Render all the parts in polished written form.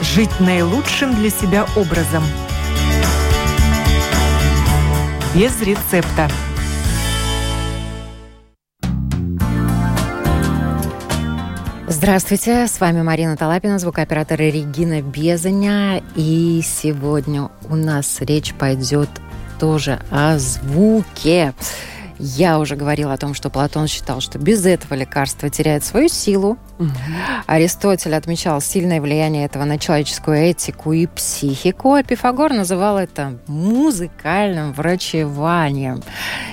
Жить наилучшим для себя образом. Без рецепта. Здравствуйте, с вами Марина Талапина, звукооператор Регина Безаня. И сегодня у нас речь пойдет тоже о звуке. Я уже говорила о том, что Платон считал, что без этого лекарство теряет свою силу. Аристотель отмечал сильное влияние этого на человеческую этику и психику, а Пифагор называл это музыкальным врачеванием.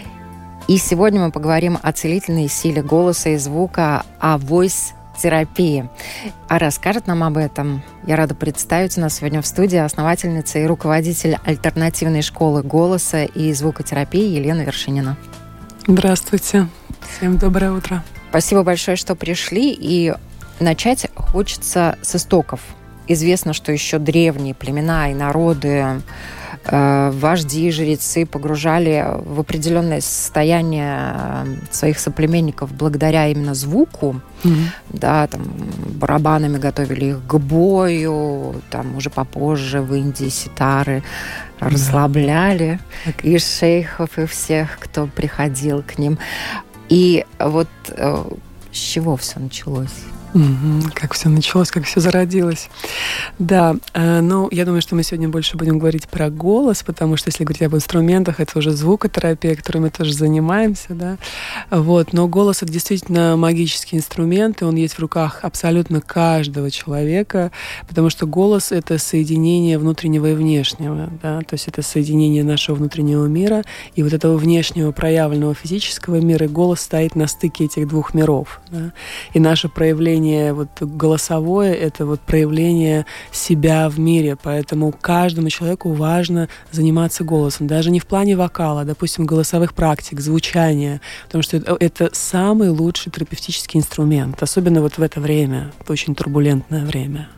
И сегодня мы поговорим о целительной силе голоса и звука, о voice-терапии. А расскажет нам об этом, я рада представить, у нас сегодня в студии основательница и руководитель альтернативной школы голоса и звукотерапии Елена Вершинина. Здравствуйте. Всем доброе утро. Спасибо большое, что пришли. И начать хочется с истоков. Известно, что еще древние племена и народы, вожди и жрецы погружали в определенное состояние своих соплеменников благодаря именно звуку. Да, там, барабанами готовили их к бою, там уже попозже в Индии ситары расслабляли и шейхов, и всех, кто приходил к ним. И вот с чего все началось? Как все началось, как все зародилось. Да, ну, я думаю, что мы сегодня больше будем говорить про голос, потому что, если говорить об инструментах, это уже звукотерапия, которой мы тоже занимаемся, да. Вот. Но голос — это действительно магический инструмент, и он есть в руках абсолютно каждого человека, потому что голос — это соединение внутреннего и внешнего, да, то есть это соединение нашего внутреннего мира и вот этого внешнего проявленного физического мира, и голос стоит на стыке этих двух миров, да. И наше проявление вот голосовое — это вот проявление себя в мире, поэтому каждому человеку важно заниматься голосом, даже не в плане вокала, допустим, голосовых практик, звучания, потому что это самый лучший терапевтический инструмент, особенно вот в это время, в очень турбулентное время.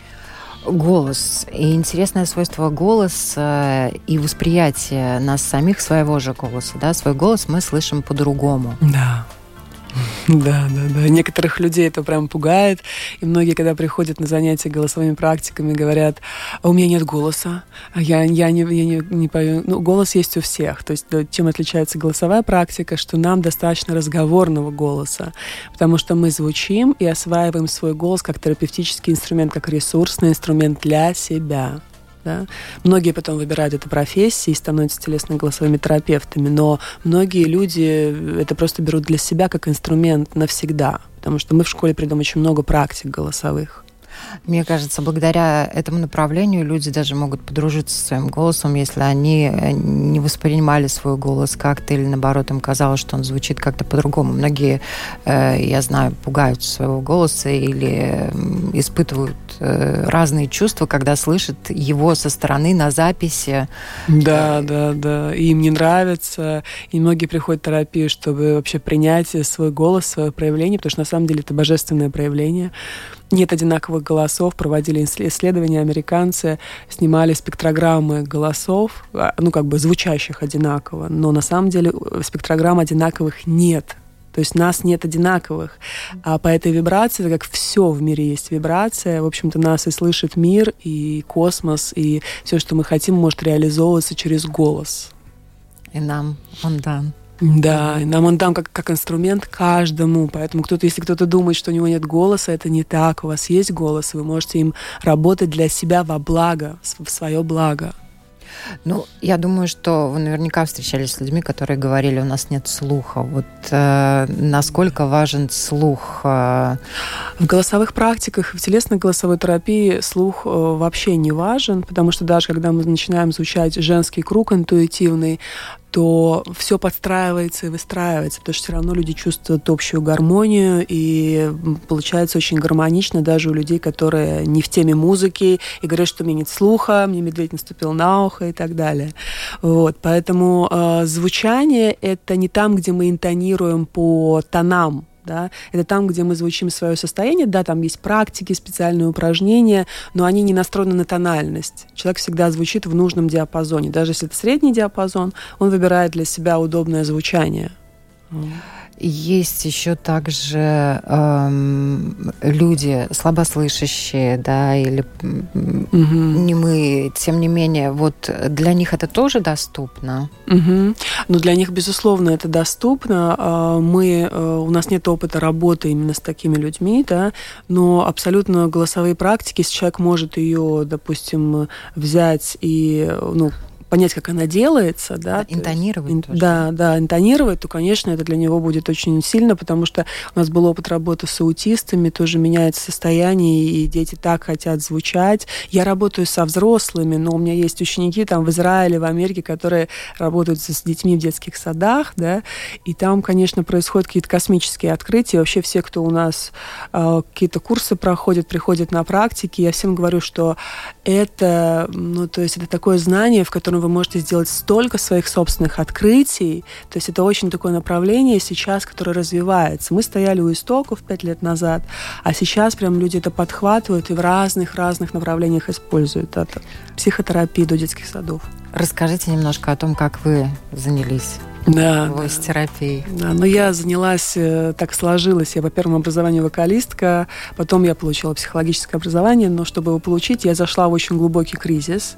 Голос. И интересное свойство голоса и восприятие нас самих своего же голоса. Да? Свой голос мы слышим по-другому. Да. Да. Некоторых людей это прям пугает. И многие, когда приходят на занятия голосовыми практиками, говорят: а у меня нет голоса, я не пою. Ну, голос есть у всех. То есть чем отличается голосовая практика, что нам достаточно разговорного голоса, потому что мы звучим и осваиваем свой голос как терапевтический инструмент, как ресурсный инструмент для себя. Да? Многие потом выбирают эту профессию и становятся телесно-голосовыми терапевтами, но многие люди это просто берут для себя как инструмент навсегда, потому что мы в школе придумываем очень много практик голосовых. Мне кажется, благодаря этому направлению люди даже могут подружиться со своим голосом, если они не воспринимали свой голос как-то или, наоборот, им казалось, что он звучит как-то по-другому. Многие, я знаю, пугаются своего голоса или испытывают разные чувства, когда слышат его со стороны на записи. Да. И им не нравится. И многие приходят в терапию, чтобы вообще принять свой голос, свое проявление, потому что на самом деле это божественное проявление. Нет одинаковых голосов. Проводили исследования американцы, снимали спектрограммы голосов, ну, как бы звучащих одинаково, но на самом деле спектрограмм одинаковых нет. То есть нас нет одинаковых. А по этой вибрации, так как все в мире есть вибрация, в общем-то, нас и слышит мир, и космос, и все, что мы хотим, может реализовываться через голос. И нам он дан. Да, и нам он дан как инструмент каждому. Поэтому если кто-то думает, что у него нет голоса, это не так. У вас есть голос, и вы можете им работать для себя во благо, в свое благо. Ну, я думаю, что вы наверняка встречались с людьми, которые говорили: у нас нет слуха. Вот насколько важен слух? В голосовых практиках, в телесно-голосовой терапии слух вообще не важен, потому что даже когда мы начинаем звучать женский круг интуитивный, то все подстраивается и выстраивается, потому что все равно люди чувствуют общую гармонию, и получается очень гармонично даже у людей, которые не в теме музыки, и говорят, что у меня нет слуха, мне медведь наступил на ухо и так далее. Вот. Поэтому звучание — это не там, где мы интонируем по тонам, да? Это там, где мы звучим свое состояние. Да, там есть практики, специальные упражнения, но они не настроены на тональность. Человек всегда звучит в нужном диапазоне. Даже если это средний диапазон, он выбирает для себя удобное звучание. есть еще также люди слабослышащие, да, или немые, тем не менее, вот для них это тоже доступно? Ну, для них, безусловно, это доступно. У нас нет опыта работы именно с такими людьми, да, но абсолютно голосовые практики, если человек может ее, допустим, взять и, понять, как она делается, да. Интонировать тоже. Да, интонировать, то, конечно, это для него будет очень сильно, потому что у нас был опыт работы с аутистами, тоже меняется состояние, и дети так хотят звучать. Я работаю со взрослыми, но у меня есть ученики там в Израиле, в Америке, которые работают с детьми в детских садах, да, и там, конечно, происходят какие-то космические открытия. Вообще все, кто у нас какие-то курсы проходят, приходят на практики, я всем говорю, что это, то есть это такое знание, в котором вы можете сделать столько своих собственных открытий. То есть это очень такое направление сейчас, которое развивается. Мы стояли у истоков 5 лет назад, а сейчас прям люди это подхватывают и в разных направлениях используют. От психотерапии до детских садов. Расскажите немножко о том, как вы занялись. Voice-терапией. Да, я занялась, так сложилось, я по первому образованию вокалистка, потом я получила психологическое образование, но чтобы его получить, я зашла в очень глубокий кризис.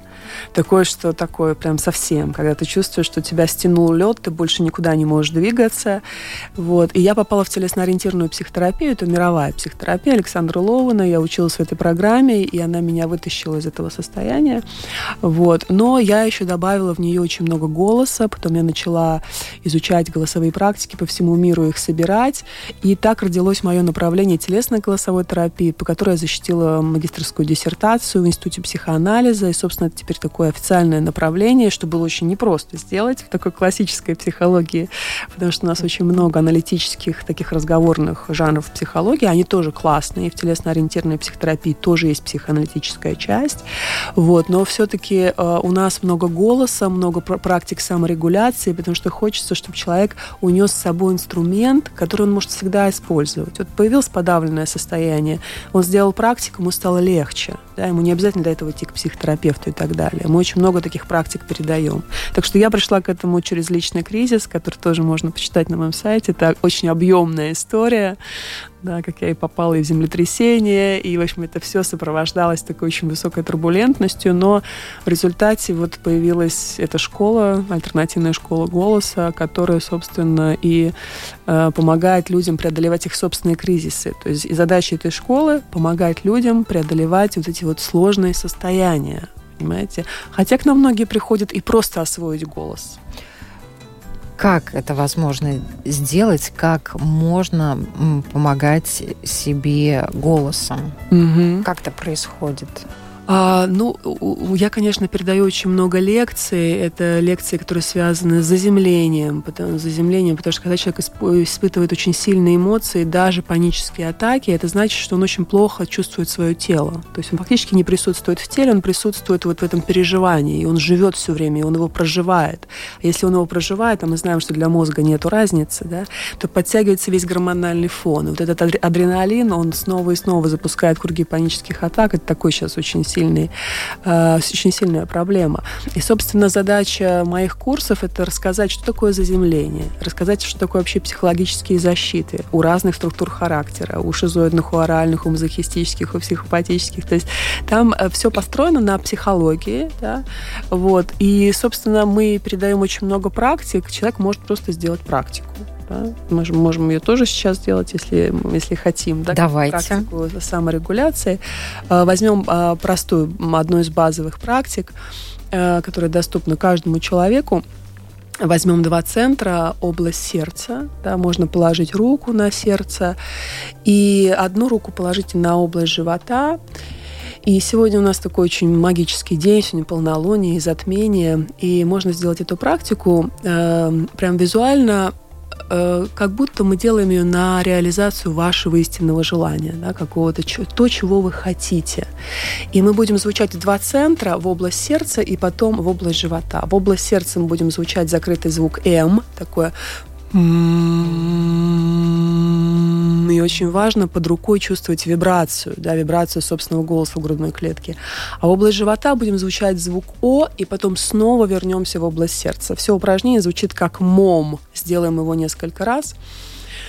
Такое прям совсем, когда ты чувствуешь, что тебя стянул лед, ты больше никуда не можешь двигаться. И я попала в телесно-ориентированную психотерапию, это мировая психотерапия Александра Лоуэна, я училась в этой программе, и она меня вытащила из этого состояния. Но я еще добавила в нее очень много голоса, потом я начала изучать голосовые практики по всему миру, их собирать. И так родилось мое направление телесной голосовой терапии, по которой я защитила магистерскую диссертацию в Институте психоанализа. И, собственно, это теперь такое официальное направление, что было очень непросто сделать в такой классической психологии, потому что у нас очень много аналитических, таких разговорных жанров психологии. Они тоже классные. В телесно-ориентированной психотерапии тоже есть психоаналитическая часть. Но все-таки у нас много голоса, много практик саморегуляции, потому что хочется, чтобы человек унес с собой инструмент, который он может всегда использовать. Появилось подавленное состояние, он сделал практику, ему стало легче. Да, ему не обязательно для этого идти к психотерапевту и так далее. Мы очень много таких практик передаем. Так что я пришла к этому через личный кризис, который тоже можно почитать на моем сайте. Это очень объемная история, да, как я и попала и в землетрясение, и, в общем, это все сопровождалось такой очень высокой турбулентностью, но в результате появилась эта школа, альтернативная школа голоса, которая, собственно, и помогает людям преодолевать их собственные кризисы. То есть и задача этой школы — помогать людям преодолевать эти сложные состояния, понимаете? Хотя к нам многие приходят и просто освоить голос. Как это возможно сделать? Как можно помогать себе голосом? Как это происходит? Я, конечно, передаю очень много лекций. Это лекции, которые связаны с заземлением, потому что когда человек испытывает очень сильные эмоции, даже панические атаки, это значит, что он очень плохо чувствует свое тело. То есть он фактически не присутствует в теле, он присутствует в этом переживании, и он живет все время, и он его проживает. А если он его проживает, а мы знаем, что для мозга нету разницы, да, то подтягивается весь гормональный фон. И этот адреналин, он снова и снова запускает круги панических атак. Это такой сейчас очень сильная проблема. И, собственно, задача моих курсов — это рассказать, что такое заземление, рассказать, что такое вообще психологические защиты у разных структур характера, у шизоидных, у оральных, у мазохистических, у психопатических. То есть там все построено на психологии, да? И, собственно, мы передаем очень много практик. Человек может просто сделать практику. Да? Мы можем ее тоже сейчас сделать, если хотим. Да? Давайте. Практику саморегуляции. Возьмем простую, одну из базовых практик, которая доступна каждому человеку. Возьмем 2 центра, область сердца. Да? Можно положить руку на сердце и одну руку положите на область живота. И сегодня у нас такой очень магический день, сегодня полнолуние и затмение. И можно сделать эту практику прям визуально, как будто мы делаем ее на реализацию вашего истинного желания, да, какого-то то, чего вы хотите. И мы будем звучать в 2 центра, в область сердца и потом в область живота. В область сердца мы будем звучать закрытый звук «М», такое. И очень важно под рукой чувствовать вибрацию, да, вибрацию собственного голоса в грудной клетке. А в область живота будем звучать звук «О», и потом снова вернемся в область сердца. Все упражнение звучит как «мом». Сделаем его несколько раз.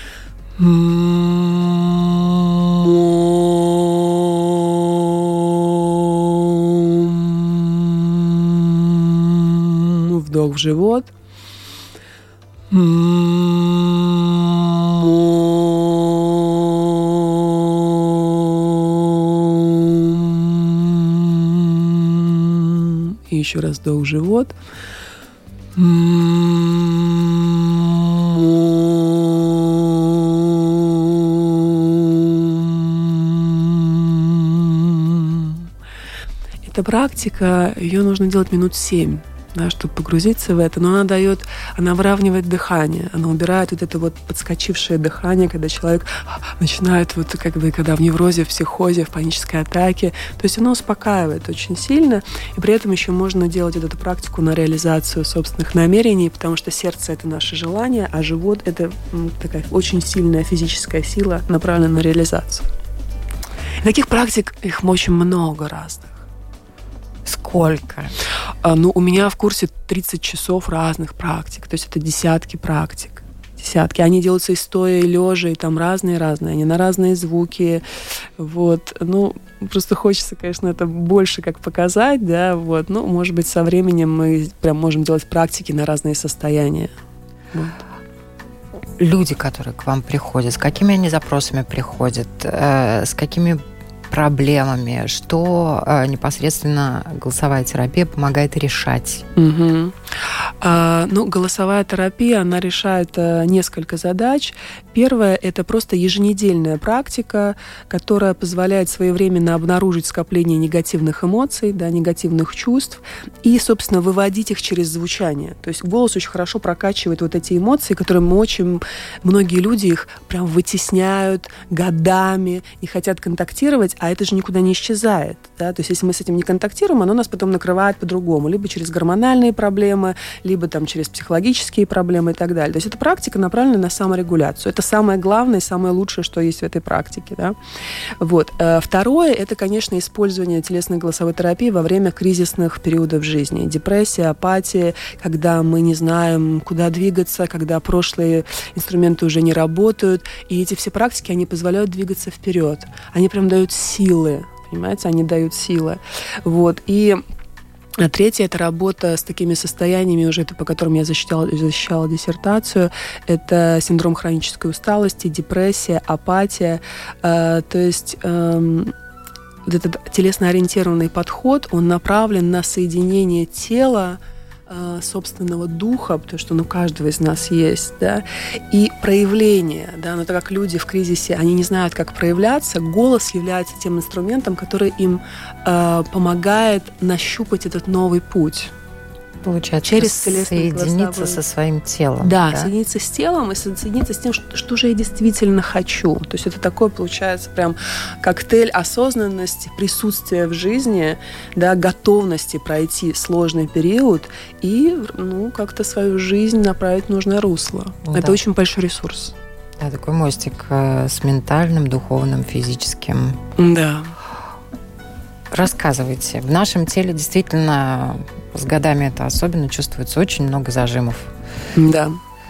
Вдох в живот. И еще раз вдох в живот. Эта практика, ее нужно делать минут 7. Да, чтобы погрузиться в это. Но она выравнивает дыхание, она убирает вот это вот подскочившее дыхание, когда человек начинает вот как бы, когда в неврозе, в психозе, в панической атаке. То есть она успокаивает очень сильно, и при этом еще можно делать вот эту практику на реализацию собственных намерений, потому что сердце — это наше желание, а живот — это такая очень сильная физическая сила, направленная на реализацию. И таких практик, их очень много разных. Сколько? У меня в курсе 30 часов разных практик. То есть это десятки практик. Десятки. Они делаются и стоя, и лежа, и там разные-разные. Они на разные звуки. Вот. Просто хочется, конечно, это больше как показать, да, вот. Может быть, со временем мы прям можем делать практики на разные состояния. Вот. Люди, которые к вам приходят, с какими они запросами приходят, с какими проблемами, что непосредственно голосовая терапия помогает решать? Угу. Голосовая терапия, она решает несколько задач. Первое – это просто еженедельная практика, которая позволяет своевременно обнаружить скопление негативных эмоций, да, негативных чувств и, собственно, выводить их через звучание. То есть голос очень хорошо прокачивает вот эти эмоции, которые многие люди их прям вытесняют годами, не хотят контактировать, а это же никуда не исчезает. Да? То есть если мы с этим не контактируем, оно нас потом накрывает по-другому. Либо через гормональные проблемы, либо там, через психологические проблемы и так далее. То есть эта практика направлена на саморегуляцию. Это самое главное и самое лучшее, что есть в этой практике. Да? Вот. Второе – это, конечно, использование телесной голосовой терапии во время кризисных периодов жизни. Депрессия, апатия, когда мы не знаем, куда двигаться, когда прошлые инструменты уже не работают. И эти все практики, они позволяют двигаться вперед. Они прям дают силы, понимаете, они дают силы. Вот. И третье – это работа с такими состояниями, уже по которым я защищала диссертацию. Это синдром хронической усталости, депрессия, апатия. То есть вот этот телесно-ориентированный подход, он направлен на соединение тела, собственного духа, потому что у каждого из нас есть, да, и проявление, да, но так как люди в кризисе, они не знают, как проявляться, голос является тем инструментом, который им помогает нащупать этот новый путь. Получается, через соединиться со своим телом. Да, соединиться с телом и соединиться с тем, что же я действительно хочу. То есть это такое, получается, прям коктейль осознанности, присутствия в жизни, да, готовности пройти сложный период и как-то свою жизнь направить в нужное русло. Да. Это очень большой ресурс. Да, такой мостик с ментальным, духовным, физическим. Да. Рассказывайте. В нашем теле действительно с годами это особенно чувствуется, очень много зажимов. Да.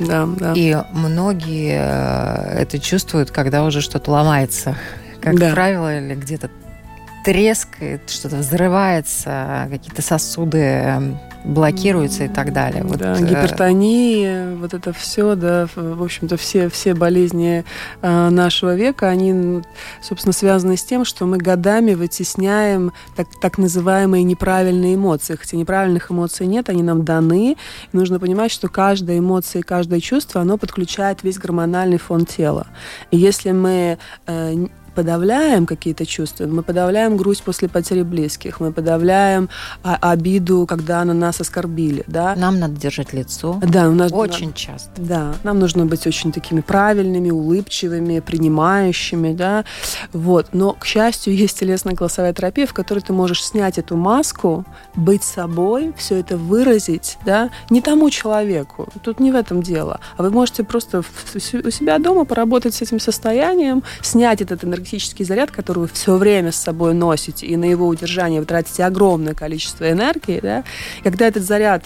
И многие это чувствуют, когда уже что-то ломается. Как правило, или где-то трескает, что-то взрывается, какие-то сосуды блокируются и так далее. Да, гипертония, вот это все, да, в общем-то, все болезни нашего века, они, собственно, связаны с тем, что мы годами вытесняем так называемые неправильные эмоции. Хотя неправильных эмоций нет, они нам даны. И нужно понимать, что каждая эмоция и каждое чувство, оно подключает весь гормональный фон тела. И если мы подавляем какие-то чувства, мы подавляем грусть после потери близких, мы подавляем обиду, когда на нас оскорбили. Да? Нам надо держать лицо. Да, очень часто. Да, нам нужно быть очень такими правильными, улыбчивыми, принимающими. Да? Вот. Но, к счастью, есть телесная голосовая терапия, в которой ты можешь снять эту маску, быть собой, все это выразить, да? Не тому человеку. Тут не в этом дело. А вы можете просто у себя дома поработать с этим состоянием, снять этот энергетический заряд, который вы все время с собой носите, и на его удержание вы тратите огромное количество энергии, да? Когда этот заряд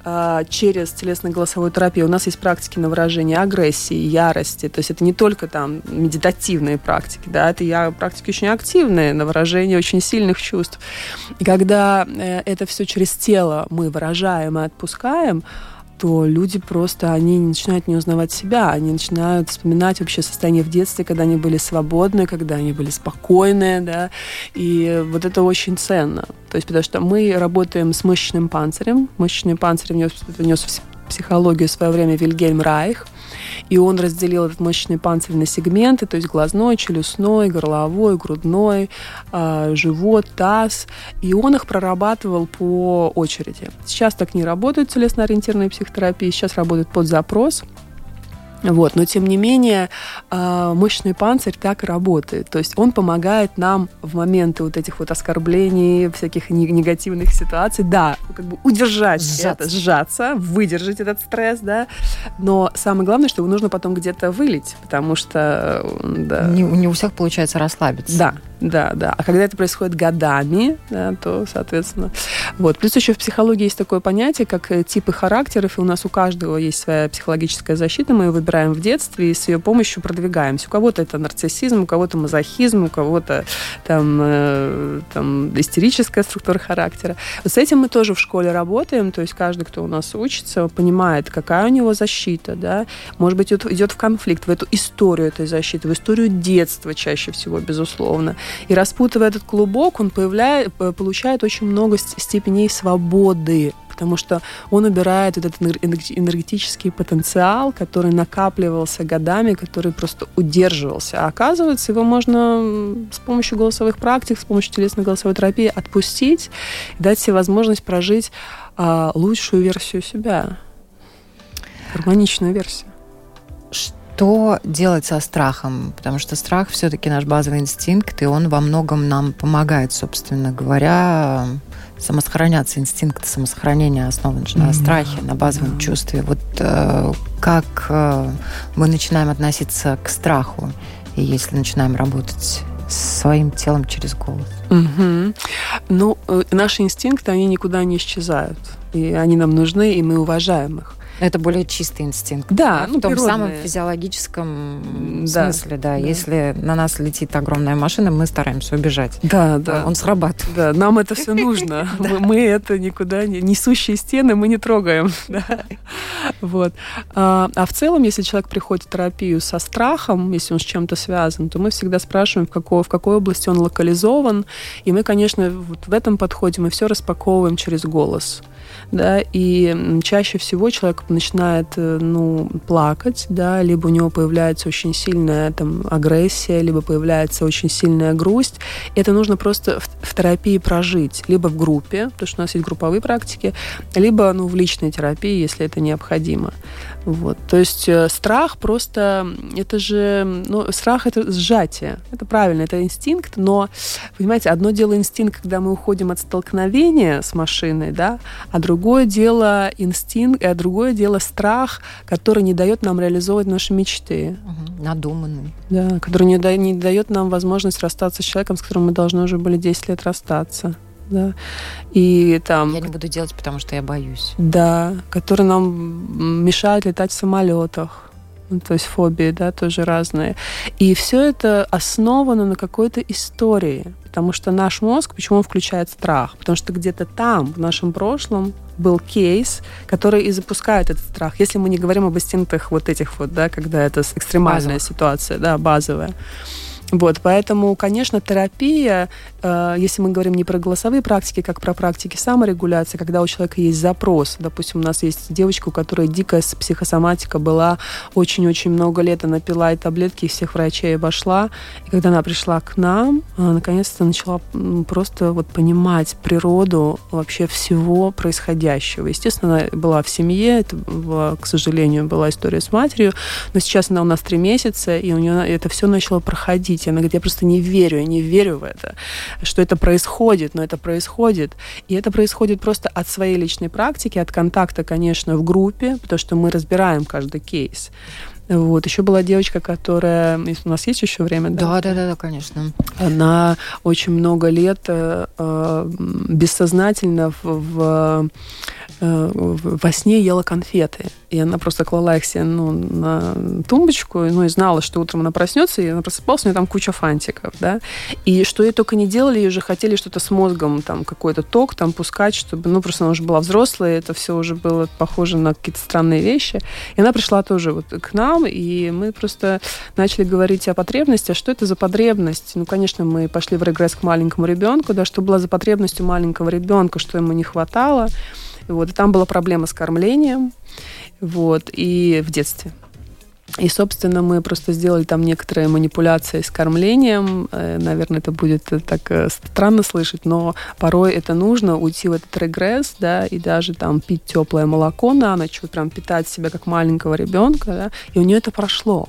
через телесно-голосовую терапию. У нас есть практики на выражение агрессии, ярости. То есть это не только там медитативные практики, да, это практики очень активные на выражение очень сильных чувств. И когда это все через тело мы выражаем и отпускаем, то люди просто, они начинают не узнавать себя, они начинают вспоминать вообще состояние в детстве, когда они были свободны, когда они были спокойны, да, и вот это очень ценно. То есть потому что мы работаем с мышечным панцирем. Мышечный панцирь внес в психологию в свое время Вильгельм Райх, и он разделил этот мышечный панцирь на сегменты, то есть глазной, челюстной, горловой, грудной, живот, таз, и он их прорабатывал по очереди. Сейчас так не работает телесно-ориентированная психотерапия, сейчас работает под запрос. Вот. Но, тем не менее, мышечный панцирь так и работает. То есть он помогает нам в моменты вот этих вот оскорблений, всяких негативных ситуаций, да, как бы удержать это, сжаться, выдержать этот стресс, да. Но самое главное, что его нужно потом где-то вылить, потому что... Да, не у всех получается расслабиться. Да. А когда это происходит годами, да, то, соответственно... Вот. Плюс еще в психологии есть такое понятие, как типы характеров, и у нас у каждого есть своя психологическая защита, мы ее выбираем в детстве и с ее помощью продвигаемся. У кого-то это нарциссизм, у кого-то мазохизм, у кого-то там истерическая структура характера. Вот с этим мы тоже в школе работаем, то есть каждый, кто у нас учится, понимает, какая у него защита, да, может быть, идет в конфликт, в эту историю этой защиты, в историю детства чаще всего, безусловно. И распутывая этот клубок, он получает очень много степеней свободы, потому что он убирает этот энергетический потенциал, который накапливался годами, который просто удерживался. А оказывается, его можно с помощью голосовых практик, с помощью телесно-голосовой терапии отпустить и дать себе возможность прожить лучшую версию себя, гармоничную версию. Что делать со страхом? Потому что страх все-таки наш базовый инстинкт, и он во многом нам помогает, собственно говоря, самосохраняться. Инстинкт самосохранения основан на страхе, на базовом чувстве. Вот как мы начинаем относиться к страху, и если начинаем работать с своим телом через голос? Ну, наши инстинкты, они никуда не исчезают. И они нам нужны, и мы уважаем их. Это более чистый инстинкт. Да, в том самом физиологическом смысле, да. Если на нас летит огромная машина, мы стараемся убежать. Да. Он срабатывает. Да, нам это все нужно. Мы это никуда не... Несущие стены мы не трогаем. Вот. А в целом, если человек приходит в терапию со страхом, если он с чем-то связан, то мы всегда спрашиваем, в какой области он локализован. И мы, конечно, вот в этом подходе мы все распаковываем через голос. Да, и чаще всего человек начинает плакать, да, либо у него появляется очень сильная агрессия, либо появляется очень сильная грусть. И это нужно просто в терапии прожить, либо в группе, потому что у нас есть групповые практики, либо в личной терапии, если это необходимо. Вот. То есть страх просто, это же, страх это сжатие, это правильно, это инстинкт, но, понимаете, одно дело инстинкт, когда мы уходим от столкновения с машиной, да, а другое дело инстинкт, а другое дело страх, который не дает нам реализовывать наши мечты. Надуманный. Да, который не дает нам возможность расстаться с человеком, с которым мы должны уже были 10 лет расстаться. Да. И там... Я не буду делать, потому что я боюсь. Да, который нам мешает летать в самолетах. То есть фобии, да, тоже разные. И все это основано на какой-то истории. Потому что наш мозг, почему он включает страх? Потому что где-то там, в нашем прошлом, был кейс, который и запускает этот страх. Если мы не говорим об инстинктах вот этих вот, да, когда это экстремальная ситуация, да, базовая. Вот, поэтому, конечно, терапия, если мы говорим не про голосовые практики, как про практики саморегуляции, когда у человека есть запрос. Допустим, у нас есть девочка, у которой дикая психосоматика была очень-очень много лет, она пила и таблетки, и всех врачей обошла. И когда она пришла к нам, она наконец-то начала просто понимать природу вообще всего происходящего. Естественно, она была в семье, это была, к сожалению, была история с матерью, но сейчас она у нас 3 месяца, и у нее это все начало проходить. Она говорит, я просто не верю в это, что это происходит, но это происходит. И это происходит просто от своей личной практики, от контакта, конечно, в группе, потому что мы разбираем каждый кейс. Вот. Еще была девочка, которая... Если у нас есть еще время, да? Да, конечно. Она очень много лет бессознательно во сне ела конфеты. И она просто клала их себе на тумбочку, и знала, что утром она проснется, и она просыпалась, у нее там куча фантиков, да. И что ей только не делали, ей уже хотели что-то с мозгом, там, какой-то ток там пускать, чтобы, просто она уже была взрослая, это все уже было похоже на какие-то странные вещи. И она пришла тоже вот к нам, и мы просто начали говорить о потребности. А что это за потребность? Конечно, мы пошли в регресс к маленькому ребенку, да, что была за потребность у маленького ребенка, что ему не хватало. Вот, и там была проблема с кормлением, вот, и в детстве. И, собственно, мы просто сделали там некоторые манипуляции с кормлением. Наверное, это будет так странно слышать, но порой это нужно, уйти в этот регресс, да, и даже там пить теплое молоко на ночь, вот прям питать себя как маленького ребенка, да, и у нее это прошло.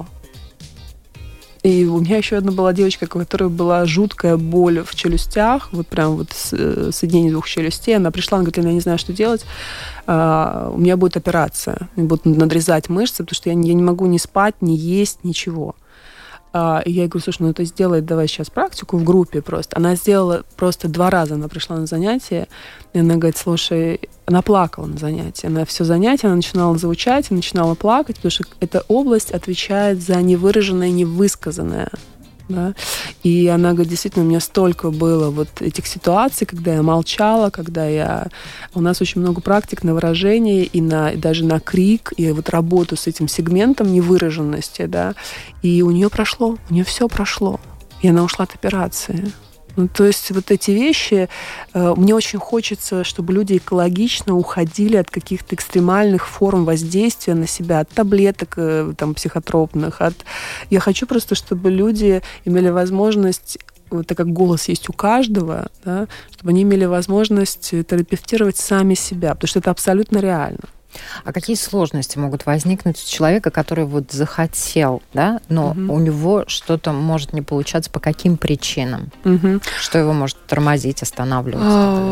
И у меня еще одна была девочка, у которой была жуткая боль в челюстях, вот прям вот соединение двух челюстей. Она пришла, она говорит: я не знаю, что делать, у меня будет операция, мне будут надрезать мышцы, потому что я не могу ни спать, ни есть, ничего. И я ей говорю: слушай, это сделай давай сейчас практику в группе просто. Она сделала просто 2 раза, она пришла на занятие, и она говорит: слушай, она плакала на занятии. Она все занятие, она начинала звучать, начинала плакать, потому что эта область отвечает за невыраженное, невысказанное. Да? И она говорит: действительно, у меня столько было вот этих ситуаций, когда я молчала, у нас очень много практик на выражение и даже на крик, и вот работу с этим сегментом невыраженности, да, и у нее все прошло, и она ушла от операции. То есть вот эти вещи, мне очень хочется, чтобы люди экологично уходили от каких-то экстремальных форм воздействия на себя, от таблеток там, психотропных. Я хочу просто, чтобы люди имели возможность, вот, так как голос есть у каждого, да, чтобы они имели возможность терапевтировать сами себя, потому что это абсолютно реально. А какие сложности могут возникнуть у человека, который вот захотел, да, но у него что-то может не получаться по каким причинам? Что его может тормозить, останавливать?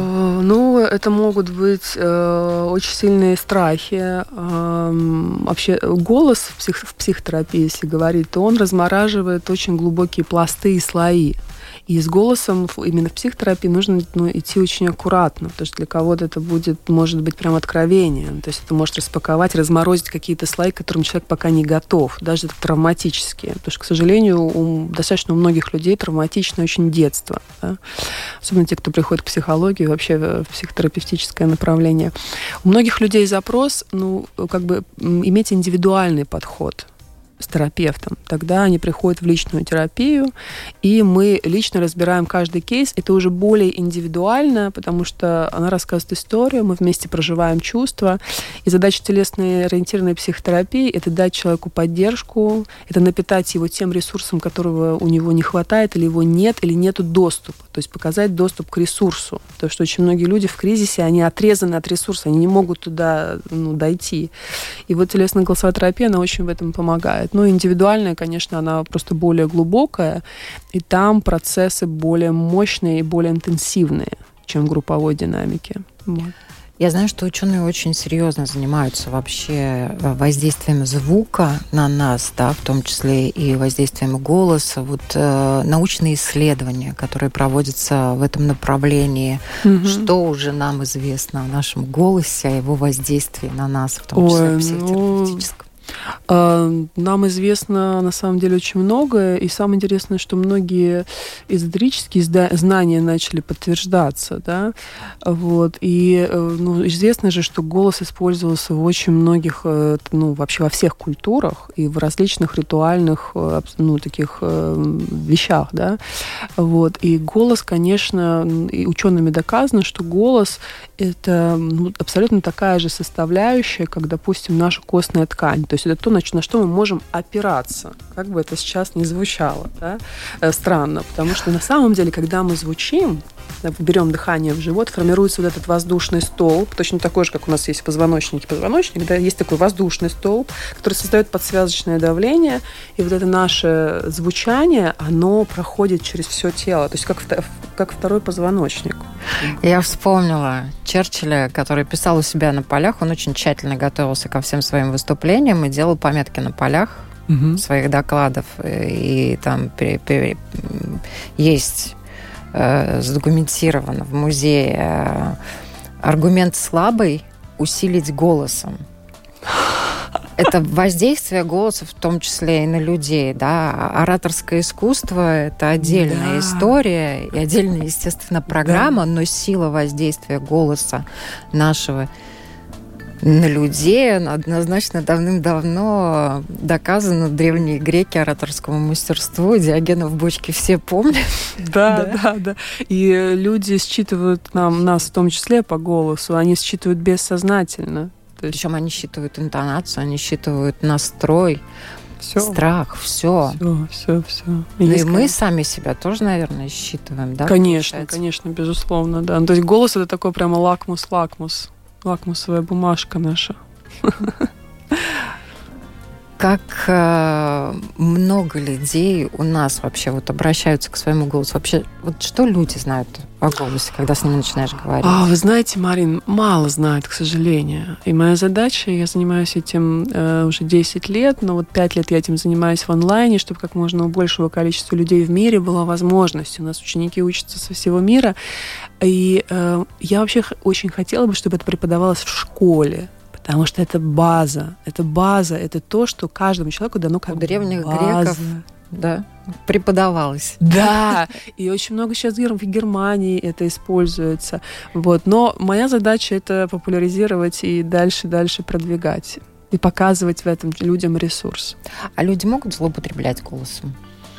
Это могут быть очень сильные страхи. Вообще голос в психотерапии, если говорить, то он размораживает очень глубокие пласты и слои. И с голосом именно в психотерапии нужно идти очень аккуратно, потому что для кого-то это может быть прям откровением. То есть это может распаковать, разморозить какие-то слои, к которым человек пока не готов, даже травматические. Потому что, к сожалению, достаточно у многих людей травматичное очень детство. Да? Особенно те, кто приходит к психологии, вообще в психотерапевтическое направление. У многих людей запрос, иметь индивидуальный подход с терапевтом. Тогда они приходят в личную терапию, и мы лично разбираем каждый кейс. Это уже более индивидуально, потому что она рассказывает историю, мы вместе проживаем чувства. И задача телесно-ориентированной психотерапии – это дать человеку поддержку, это напитать его тем ресурсом, которого у него не хватает, или его нет, или нету доступа. То есть показать доступ к ресурсу. Потому что очень многие люди в кризисе, они отрезаны от ресурса, они не могут туда дойти. И вот телесно-голосовая терапия, она очень в этом помогает. Индивидуальная, конечно, она просто более глубокая, и там процессы более мощные и более интенсивные, чем в групповой динамике. Вот. Я знаю, что ученые очень серьезно занимаются вообще воздействием звука на нас, да, в том числе и воздействием голоса. Вот научные исследования, которые проводятся в этом направлении, что уже нам известно о нашем голосе, о его воздействии на нас, в том числе психотерапевтическом? Нам известно, на самом деле, очень многое, и самое интересное, что многие эзотерические знания начали подтверждаться, да, вот, и известно же, что голос использовался в очень многих, вообще во всех культурах и в различных ритуальных, таких вещах, да, вот, и голос, конечно, и учеными доказано, что голос – это абсолютно такая же составляющая, как, допустим, наша костная ткань. То есть это то, на что мы можем опираться, как бы это сейчас ни звучало, да? Странно, потому что на самом деле, когда мы звучим, берем дыхание в живот, формируется вот этот воздушный столб, точно такой же, как у нас есть в позвоночнике позвоночник, да, есть такой воздушный столб, который создает подсвязочное давление, и вот это наше звучание, оно проходит через все тело, то есть как второй позвоночник. Я вспомнила Черчилля, который писал у себя на полях, он очень тщательно готовился ко всем своим выступлениям и делал пометки на полях, своих докладов. И там есть задокументировано в музее аргумент слабый усилить голосом. Это воздействие голоса, в том числе и на людей, да. Ораторское искусство – это отдельная история и отдельная, естественно, программа, но сила воздействия голоса нашего на людей однозначно давным-давно доказана. Древние греки ораторскому мастерству, Диогена в бочке все помнят. Да. И люди считывают нас в том числе по голосу, они считывают бессознательно. Причем они считывают интонацию, они считывают настрой, страх, все. И мы сами себя тоже, наверное, считываем, да? Конечно, безусловно, да. То есть голос — это такой прямо лакмусовая бумажка наша. Как много людей у нас вообще обращаются к своему голосу? Вообще, что люди знают о голосе, когда с ними начинаешь говорить? Вы знаете, Марин, мало знают, к сожалению. И моя задача, я занимаюсь этим уже 10 лет, но 5 лет я этим занимаюсь в онлайне, чтобы как можно у большего количества людей в мире была возможность. У нас ученики учатся со всего мира. И я вообще очень хотела бы, чтобы это преподавалось в школе. Потому что это база, это то, что каждому человеку дано как у древних база. Греков, преподавалось. Да, и очень много сейчас в Германии это используется. Но моя задача — это популяризировать и дальше продвигать. И показывать в этом людям ресурс. А люди могут злоупотреблять голосом?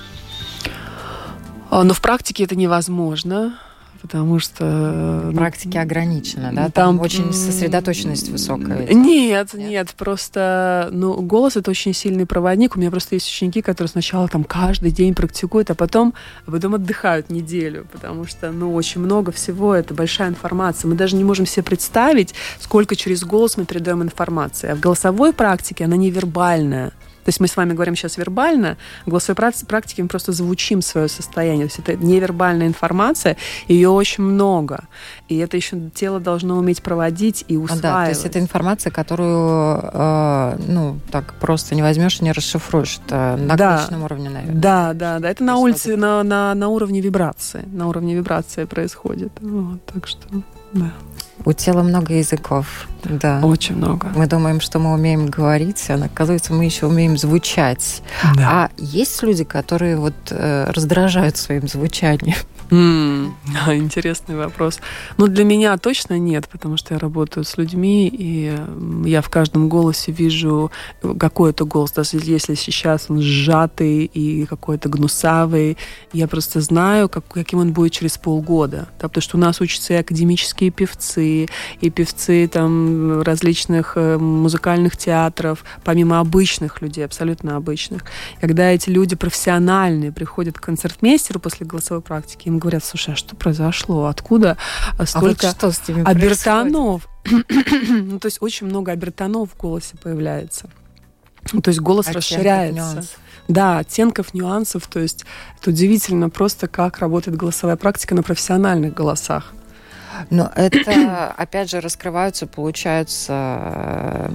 Но в практике это невозможно. Потому что... Практики ограничены, да? Там очень сосредоточенность высокая. Нет, просто... голос — это очень сильный проводник. У меня просто есть ученики, которые сначала каждый день практикуют, а потом отдыхают неделю, потому что, очень много всего, это большая информация. Мы даже не можем себе представить, сколько через голос мы передаем информации. А в голосовой практике она невербальная. То есть мы с вами говорим сейчас вербально, в голосовой практике мы просто звучим свое состояние. То есть это невербальная информация, ее очень много. И это еще тело должно уметь проводить и усваивать. Да, то есть это информация, которую так просто не возьмешь и не расшифруешь. Это на клеточном уровне, наверное. Да. Это на улице, на уровне вибрации. На уровне вибрации происходит. Так что, да. У тела много языков, да. Очень много. Мы думаем, что мы умеем говорить, а оказывается, мы еще умеем звучать. Да. А есть люди, которые раздражают своим звучанием? Интересный вопрос. Для меня точно нет, потому что я работаю с людьми, и я в каждом голосе вижу какой-то голос, даже если сейчас он сжатый и какой-то гнусавый, я просто знаю, каким он будет через полгода. Да, потому что у нас учатся и академические певцы, и певцы различных музыкальных театров, помимо обычных людей, абсолютно обычных. Когда эти люди профессиональные приходят к концертмейстеру после голосовой практики, им говорят: слушай, а что произошло? Откуда столько что с ними обертонов? То есть очень много обертонов в голосе появляется. То есть голос расширяется. Да, оттенков, нюансов. То есть это удивительно просто, как работает голосовая практика на профессиональных голосах. Но это, опять же, получаются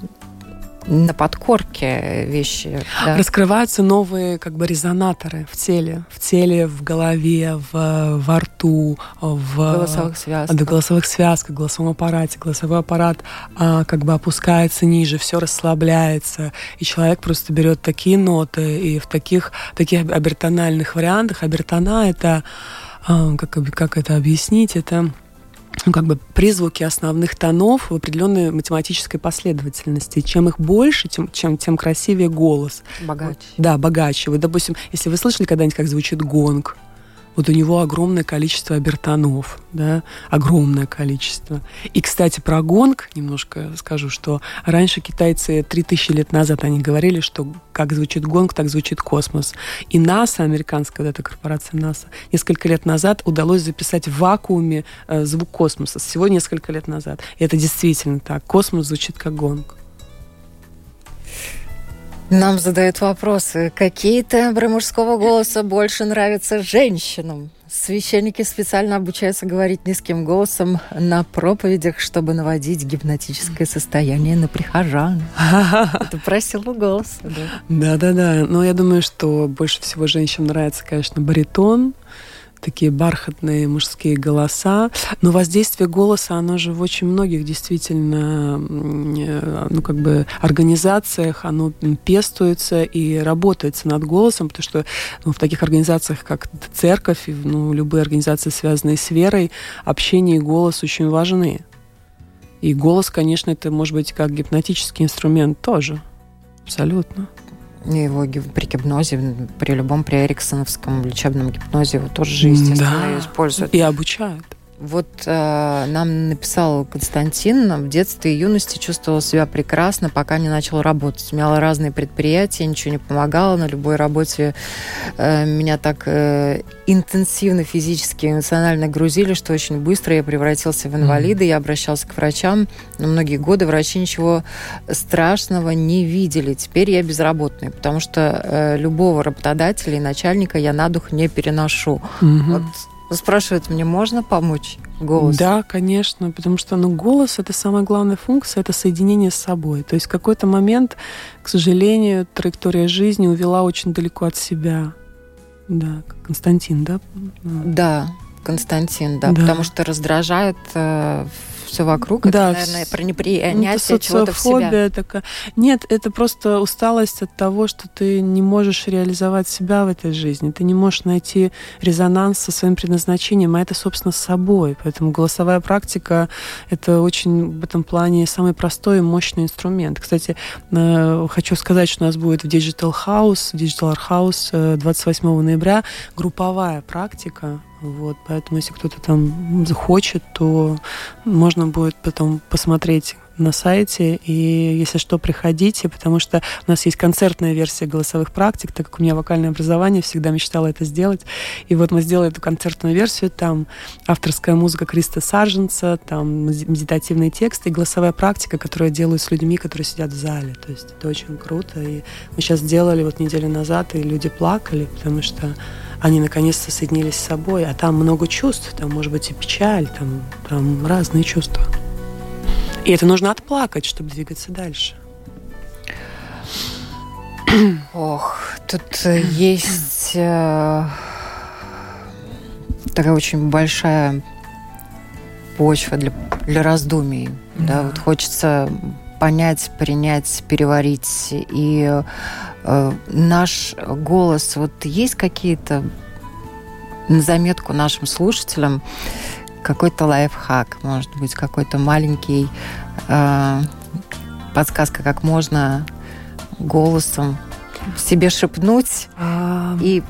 на подкорке вещи. Да? Раскрываются новые резонаторы в теле, в голове, во рту, в голосовых связках, в голосовом аппарате. Голосовой аппарат опускается ниже, все расслабляется, и человек просто берет такие ноты, и в таких обертональных вариантах. Обертона — это, как это объяснить, это призвуки основных тонов в определенной математической последовательности. И чем их больше, тем красивее голос. Богаче. Да, богаче. Допустим, если вы слышали когда-нибудь, как звучит гонг, у него огромное количество обертонов, да, огромное количество. И, кстати, про гонг немножко скажу, что раньше китайцы 3000 лет назад они говорили, что как звучит гонг, так звучит космос. И НАСА, американская эта корпорация НАСА, несколько лет назад удалось записать в вакууме звук космоса. Всего несколько лет назад. И это действительно так. Космос звучит как гонг. Нам задают вопросы. Какие тембры мужского голоса больше нравятся женщинам? Священники специально обучаются говорить низким голосом на проповедях, чтобы наводить гипнотическое состояние на прихожан. Это про силу голоса. Да. Но я думаю, что больше всего женщинам нравится, конечно, баритон, такие бархатные мужские голоса. Но воздействие голоса, оно же в очень многих действительно, организациях, оно пестуется и работается над голосом, потому что в таких организациях, как церковь, и любые организации, связанные с верой, общение и голос очень важны. И голос, конечно, это может быть как гипнотический инструмент тоже. Абсолютно. Его при гипнозе, при эриксоновском лечебном гипнозе его тоже же, естественно, используют. И обучают. Вот нам написал Константин: в детстве и юности чувствовал себя прекрасно, пока не начал работать. Имела разные предприятия, ничего не помогало. На любой работе меня так интенсивно физически и эмоционально грузили, что очень быстро я превратился в инвалида. Я обращался к врачам, но многие годы врачи ничего страшного не видели. Теперь я безработный, потому что любого работодателя и начальника я на дух не переношу. Вот. Спрашивают, мне можно помочь голосу? Да, конечно, потому что голос — это самая главная функция, это соединение с собой. То есть в какой-то момент, к сожалению, траектория жизни увела очень далеко от себя. Да, Константин, да? Да, Константин, да. Потому что раздражает все вокруг. Да, это, наверное, про непринятие чего-то в себя. Такая. Нет, это просто усталость от того, что ты не можешь реализовать себя в этой жизни. Ты не можешь найти резонанс со своим предназначением, а это, собственно, с собой. Поэтому голосовая практика — это очень в этом плане самый простой и мощный инструмент. Кстати, хочу сказать, что у нас будет в Digital Art House 28 ноября групповая практика. Поэтому, если кто-то там захочет, то можно будет потом посмотреть на сайте, и если что, приходите, потому что у нас есть концертная версия голосовых практик, так как у меня вокальное образование, всегда мечтала это сделать. И вот мы сделали эту концертную версию, там авторская музыка Криста Сарженца, там медитативные тексты и голосовая практика, которую я делаю с людьми, которые сидят в зале. То есть это очень круто. И мы сейчас сделали неделю назад, и люди плакали, потому что они наконец-то соединились с собой, а там много чувств, там может быть и печаль, там разные чувства. И это нужно отплакать, чтобы двигаться дальше. Ох, тут есть такая очень большая почва для раздумий. Да, вот хочется понять, принять, переварить. И наш голос, есть какие-то на заметку нашим слушателям, какой-то лайфхак, может быть, какой-то маленький подсказка, как можно голосом себе шепнуть и...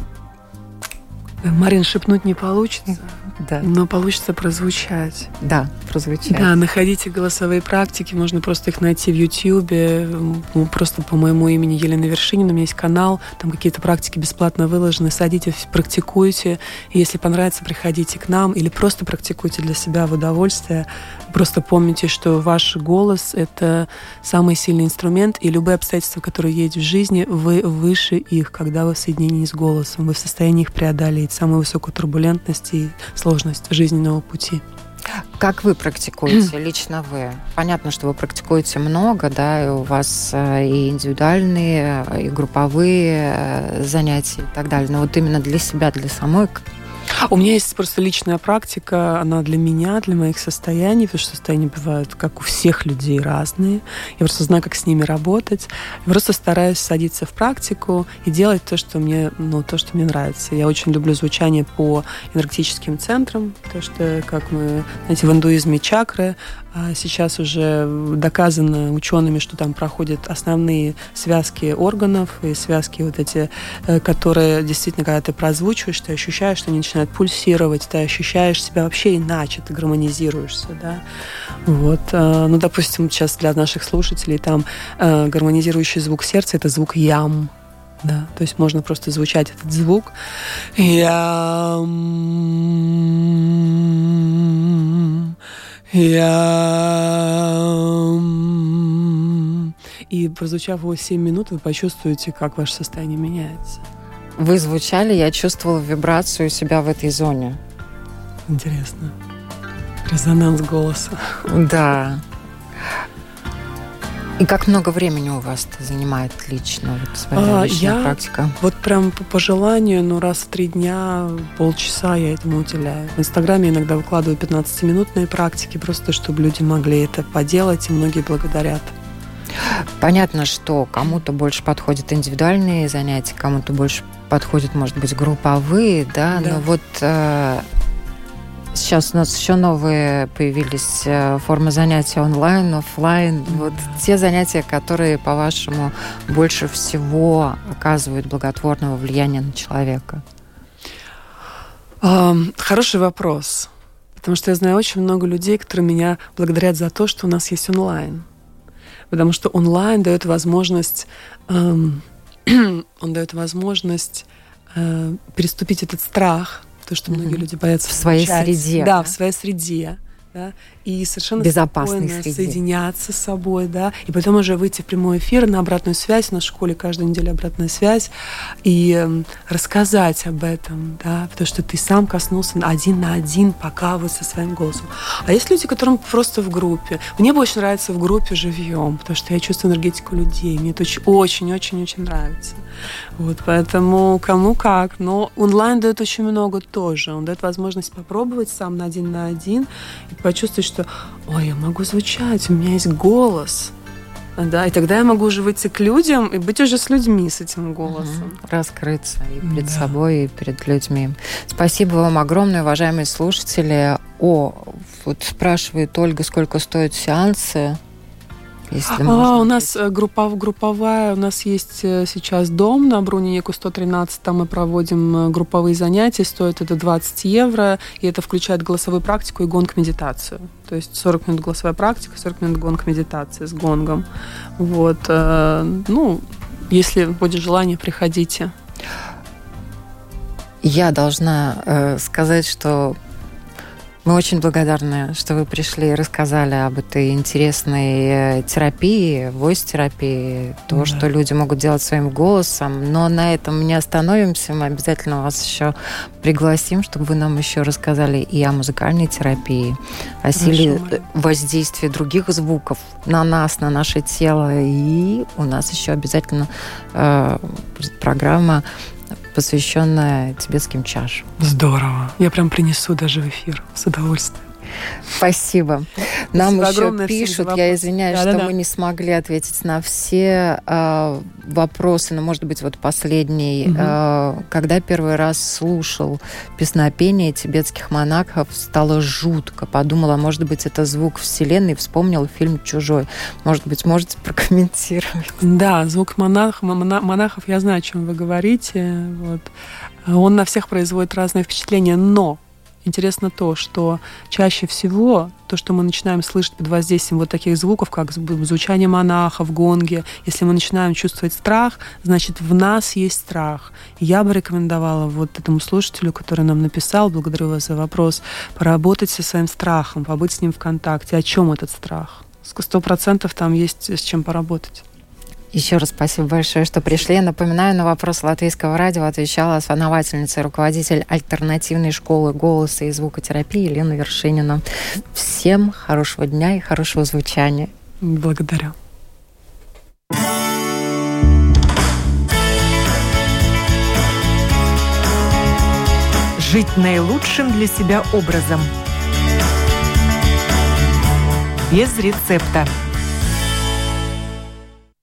Марин, шепнуть не получится. Да. Но получится прозвучать. Да, прозвучать. Да, находите голосовые практики, можно просто их найти в Ютьюбе, просто по моему имени Елена Вершинина, у меня есть канал, там какие-то практики бесплатно выложены, садитесь, практикуйте, и если понравится, приходите к нам, или просто практикуйте для себя в удовольствие. Просто помните, что ваш голос — это самый сильный инструмент, и любые обстоятельства, которые есть в жизни, вы выше их, когда вы в соединении с голосом, вы в состоянии их преодолеть, самую высокую турбулентность и сложность жизненного пути. Как вы практикуете, лично вы? Понятно, что вы практикуете много, да, и у вас и индивидуальные, и групповые занятия и так далее. Но именно для себя, для самой... У меня есть просто личная практика, она для меня, для моих состояний, потому что состояния бывают, как у всех людей, разные. Я просто знаю, как с ними работать. Я просто стараюсь садиться в практику и делать то, что мне нравится. Я очень люблю звучание по энергетическим центрам, потому что, как мы, знаете, в индуизме чакры, сейчас уже доказано учеными, что там проходят основные связки органов и связки эти, которые действительно, когда ты прозвучиваешь, ты ощущаешь, что они начинают пульсировать, ты ощущаешь себя вообще иначе, ты гармонизируешься, да. Допустим, сейчас для наших слушателей там гармонизирующий звук сердца — это звук ям. Да, то есть можно просто звучать этот звук. Ям. и прозвучав его 7 минут, вы почувствуете, как ваше состояние меняется. Вы звучали, я чувствовала вибрацию себя в этой зоне. Интересно. Резонанс голоса. Да. И как много времени у вас это занимает лично, вот своя личная практика? Вот прям по желанию, раз в 3 дня, полчаса я этому уделяю. В Инстаграме иногда выкладываю 15-минутные практики, просто чтобы люди могли это поделать, и многие благодарят. Понятно, что кому-то больше подходят индивидуальные занятия, кому-то больше подходят, может быть, групповые, да? Но вот сейчас у нас еще новые появились формы занятий онлайн, офлайн. Вот те занятия, которые, по-вашему, больше всего оказывают благотворного влияния на человека? Хороший вопрос. Потому что я знаю очень много людей, которые меня благодарят за то, что у нас есть онлайн. Потому что онлайн дает возможность, переступить этот страх, то, что многие люди боятся в своей среде. Да, в своей среде. Да, и совершенно безопасной спокойно среде. Соединяться с собой, да, и потом уже выйти в прямой эфир на обратную связь. У нас в школе каждую неделю обратная связь, и рассказать об этом, да, потому что ты сам коснулся один на один, пока вы со своим голосом. А есть люди, которым просто в группе. Мне бы очень нравится в группе живьем, потому что я чувствую энергетику людей. Мне это очень-очень-очень нравится. Вот, поэтому кому как. Но онлайн дает очень много тоже. Он дает возможность попробовать сам на один и почувствовать, что я могу звучать, у меня есть голос. Да, и тогда я могу уже выйти к людям и быть уже с людьми, с этим голосом. Раскрыться и перед собой, и перед людьми. Спасибо вам огромное, уважаемые слушатели. Вот спрашивает Ольга, сколько стоят сеансы? У нас групповая, у нас есть сейчас дом на Бруниеку 113, там мы проводим групповые занятия, стоит это 20 евро, и это включает голосовую практику и гонг-медитацию. То есть 40 минут голосовая практика, 40 минут гонг-медитация с гонгом. Вот. Если будет желание, приходите. Я должна сказать, что мы очень благодарны, что вы пришли и рассказали об этой интересной терапии, войс-терапии, то, что люди могут делать своим голосом. Но на этом мы не остановимся. Мы обязательно вас еще пригласим, чтобы вы нам еще рассказали и о музыкальной терапии, о силе воздействия других звуков на нас, на наше тело. И у нас еще обязательно будет программа, посвященная тибетским чашам. Здорово. Я прям принесу даже в эфир с удовольствием. Спасибо. Нам еще пишут, я извиняюсь, что мы не смогли ответить на все вопросы, но, может быть, вот последний. Когда первый раз слушал песнопение тибетских монахов, стало жутко. Подумала, может быть, это звук Вселенной, вспомнил фильм «Чужой». Может быть, можете прокомментировать? Да, звук монахов, я знаю, о чем вы говорите. Вот. Он на всех производит разные впечатления, но интересно то, что чаще всего то, что мы начинаем слышать под воздействием вот таких звуков, как звучание монахов, гонги, если мы начинаем чувствовать страх, значит, в нас есть страх. Я бы рекомендовала вот этому слушателю, который нам написал, благодарю вас за вопрос, поработать со своим страхом, побыть с ним в контакте. О чем этот страх? 100% там есть с чем поработать. Еще раз спасибо большое, что пришли. Я напоминаю, на вопрос Латвийского радио отвечала основательница и руководитель альтернативной школы голоса и звукотерапии Елена Вершинина. Всем хорошего дня и хорошего звучания. Благодарю. Жить наилучшим для себя образом. Без рецепта.